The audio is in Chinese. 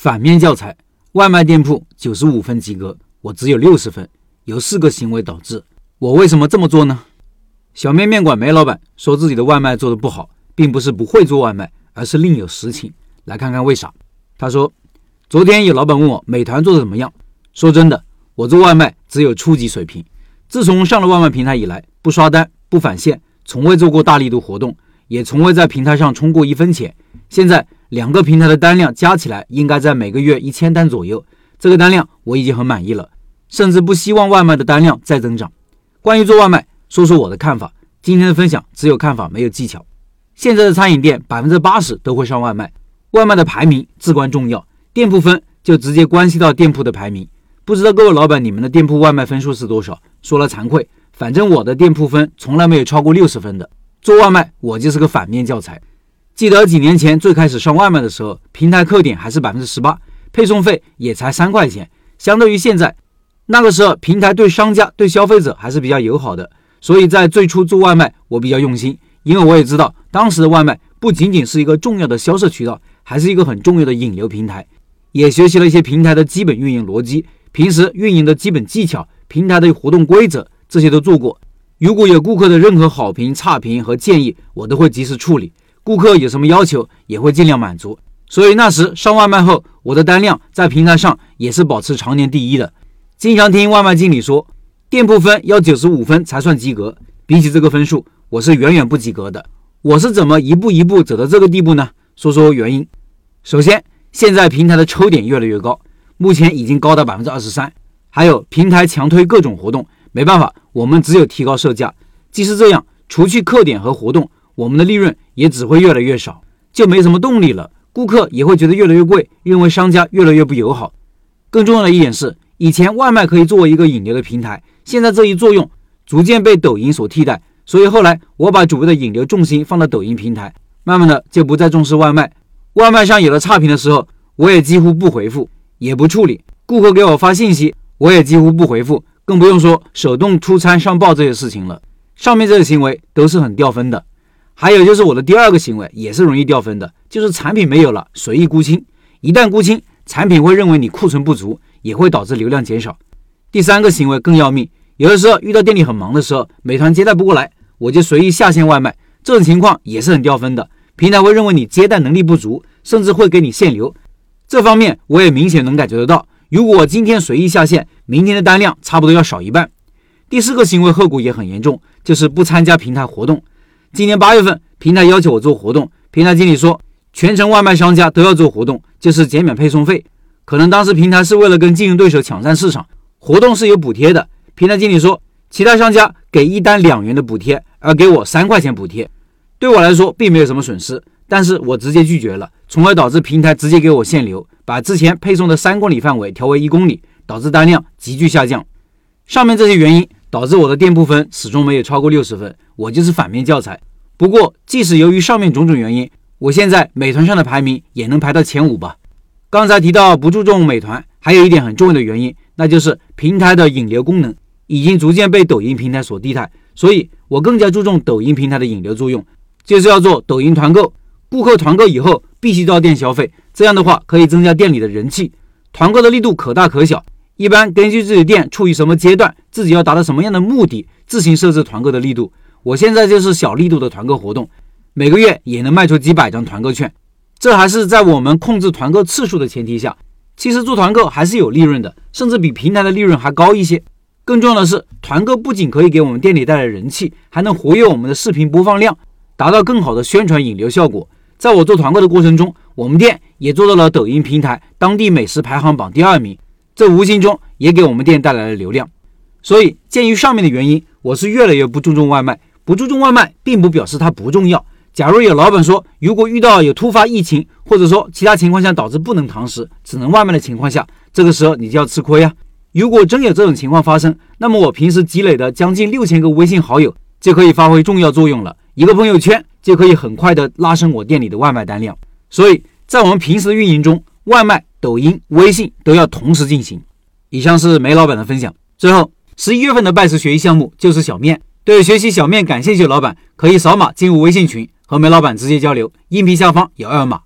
反面教材，外卖店铺95分及格，我只有60分，由4个行为导致。我为什么这么做呢？小面面馆梅老板说自己的外卖做得不好，并不是不会做外卖，而是另有实情。来看看为啥。他说，昨天有老板问我美团做得怎么样，说真的，我做外卖只有初级水平。自从上了外卖平台以来，不刷单，不返现，从未做过大力度活动，也从未在平台上充过1分钱。现在2个平台的单量加起来应该在每个月1000单左右，这个单量我已经很满意了，甚至不希望外卖的单量再增长。关于做外卖，说说我的看法。今天的分享只有看法没有技巧。现在的餐饮店 80% 都会上外卖，外卖的排名至关重要，店铺分就直接关系到店铺的排名。不知道各位老板你们的店铺外卖分数是多少？说了惭愧，反正我的店铺分从来没有超过60分的。做外卖我就是个反面教材。记得几年前最开始上外卖的时候，平台扣点还是 18%， 配送费也才3块钱，相对于现在，那个时候平台对商家对消费者还是比较友好的。所以在最初做外卖我比较用心，因为我也知道当时的外卖不仅仅是一个重要的销售渠道，还是一个很重要的引流平台，也学习了一些平台的基本运营逻辑，平时运营的基本技巧，平台的活动规则，这些都做过。如果有顾客的任何好评、差评和建议，我都会及时处理，顾客有什么要求也会尽量满足。所以那时上外卖后，我的单量在平台上也是保持常年第一的。经常听外卖经理说店铺分要95分才算及格，比起这个分数，我是远远不及格的。我是怎么一步一步走到这个地步呢？说说原因。首先，现在平台的抽点越来越高，目前已经高达 23%， 还有平台强推各种活动，没办法，我们只有提高售价。即使这样，除去扣点和活动，我们的利润也只会越来越少，就没什么动力了，顾客也会觉得越来越贵，认为商家越来越不友好。更重要的一点是，以前外卖可以作为一个引流的平台，现在这一作用逐渐被抖音所替代，所以后来我把主播的引流重心放到抖音平台，慢慢的就不再重视外卖。外卖上有了差评的时候，我也几乎不回复，也不处理，顾客给我发信息，我也几乎不回复，更不用说手动出餐上报这些事情了。上面这些行为都是很掉分的。还有就是我的第2个行为也是容易掉分的，就是产品没有了随意估清，一旦估清，产品会认为你库存不足，也会导致流量减少。第3个行为更要命，有的时候遇到店里很忙的时候，美团接待不过来，我就随意下线外卖，这种情况也是很掉分的，平台会认为你接待能力不足，甚至会给你限流。这方面我也明显能感觉得到，如果我今天随意下线，明天的单量差不多要少一半。第4个行为后果也很严重，就是不参加平台活动。今年8月份，平台要求我做活动，平台经理说全程外卖商家都要做活动，就是减免配送费。可能当时平台是为了跟竞争对手抢占市场，活动是有补贴的，平台经理说其他商家给1单2元的补贴，而给我3块钱补贴，对我来说并没有什么损失，但是我直接拒绝了，从而导致平台直接给我限流，把之前配送的3公里范围调为1公里，导致单量急剧下降。上面这些原因导致我的店铺分始终没有超过60分，我就是反面教材。不过即使由于上面种种原因，我现在美团上的排名也能排到前5吧。刚才提到不注重美团，还有一点很重要的原因，那就是平台的引流功能已经逐渐被抖音平台所替代，所以我更加注重抖音平台的引流作用，就是要做抖音团购，顾客团购以后必须到店消费，这样的话可以增加店里的人气。团购的力度可大可小，一般根据自己店处于什么阶段，自己要达到什么样的目的，自行设置团购的力度。我现在就是小力度的团购活动，每个月也能卖出几百张团购券，这还是在我们控制团购次数的前提下。其实做团购还是有利润的，甚至比平台的利润还高一些。更重要的是，团购不仅可以给我们店里带来人气，还能活跃我们的视频播放量，达到更好的宣传引流效果。在我做团购的过程中，我们店也做到了抖音平台当地美食排行榜第2名，这无形中也给我们店带来了流量。所以鉴于上面的原因，我是越来越不注重外卖。不注重外卖并不表示它不重要，假如有老板说如果遇到有突发疫情，或者说其他情况下导致不能堂食只能外卖的情况下，这个时候你就要吃亏啊。如果真有这种情况发生，那么我平时积累的将近6000个微信好友就可以发挥重要作用了，一个朋友圈就可以很快的拉升我店里的外卖单量。所以在我们平时的运营中，外卖、抖音、微信都要同时进行。以上是梅老板的分享。最后11月份的拜师学艺项目就是小面，对学习小面感兴趣的老板可以扫码进入微信群和梅老板直接交流，音频下方有2维码。